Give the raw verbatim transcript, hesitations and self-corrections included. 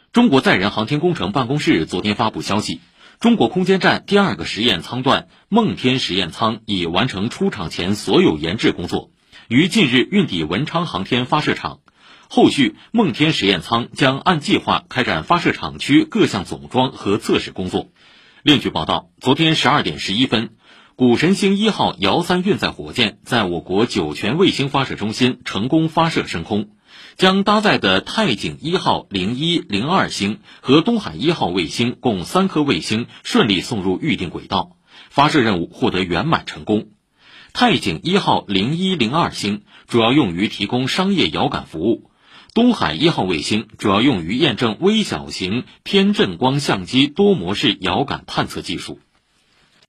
中国载人航天工程办公室昨天发布消息，中国空间站第二个实验舱段梦天实验舱已完成出厂前所有研制工作，于近日运抵文昌航天发射场。后续梦天实验舱将按计划开展发射场区各项总装和测试工作。另据报道，昨天十二点十一分，谷神星一号遥三运载火箭在我国酒泉卫星发射中心成功发射升空，将搭载的太井一号零一零二星和东海一号卫星共三颗卫星顺利送入预定轨道，发射任务获得圆满成功。太井一号零一零二星主要用于提供商业遥感服务，东海一号卫星主要用于验证微小型偏振光相机多模式遥感探测技术。